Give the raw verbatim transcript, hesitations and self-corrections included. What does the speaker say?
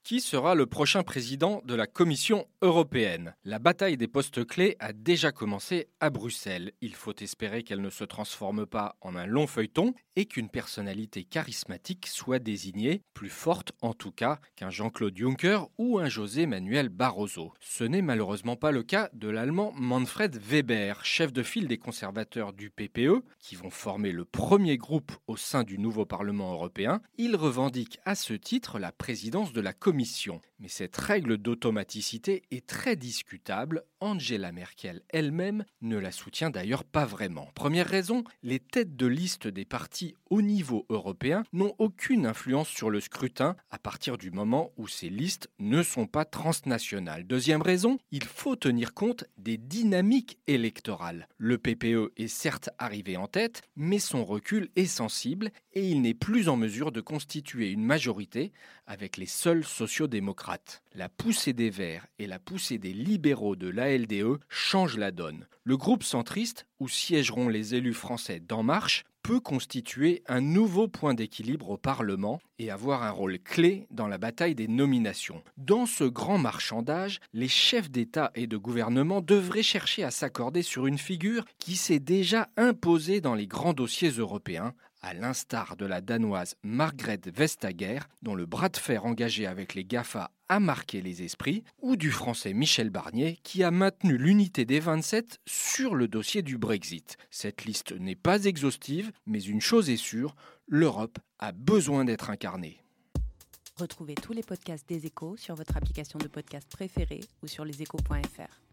Qui sera le prochain président de la Commission européenne ? La bataille des postes clés a déjà commencé à Bruxelles. Il faut espérer qu'elle ne se transforme pas en un long feuilleton et qu'une personnalité charismatique soit désignée, plus forte en tout cas qu'un Jean-Claude Juncker ou un José Manuel Barroso. Ce n'est malheureusement pas le cas de l'Allemand Manfred Weber, chef de file des conservateurs du P P E, qui vont former le premier groupe au sein du nouveau Parlement européen. Il revendique à ce titre la présidence de la Commission. Commission. Mais cette règle d'automaticité est très discutable. Angela Merkel elle-même ne la soutient d'ailleurs pas vraiment. Première raison, les têtes de liste des partis au niveau européen n'ont aucune influence sur le scrutin à partir du moment où ces listes ne sont pas transnationales. Deuxième raison, il faut tenir compte des dynamiques électorales. Le P P E est certes arrivé en tête, mais son recul est sensible et il n'est plus en mesure de constituer une majorité avec les seuls sociodémocrates. La poussée des Verts et la poussée des libéraux de l'A L D E changent la donne. Le groupe centriste, où siégeront les élus français d'En Marche, peut constituer un nouveau point d'équilibre au Parlement et avoir un rôle clé dans la bataille des nominations. Dans ce grand marchandage, les chefs d'État et de gouvernement devraient chercher à s'accorder sur une figure qui s'est déjà imposée dans les grands dossiers européens, à l'instar de la Danoise Margrethe Vestager, dont le bras de fer engagé avec les GAFA a marqué les esprits, ou du Français Michel Barnier, qui a maintenu l'unité des vingt-sept sur le dossier du Brexit. Cette liste n'est pas exhaustive, mais une chose est sûre, l'Europe a besoin d'être incarnée. Retrouvez tous les podcasts des Échos sur votre application de podcast préférée ou sur leséchos point f r.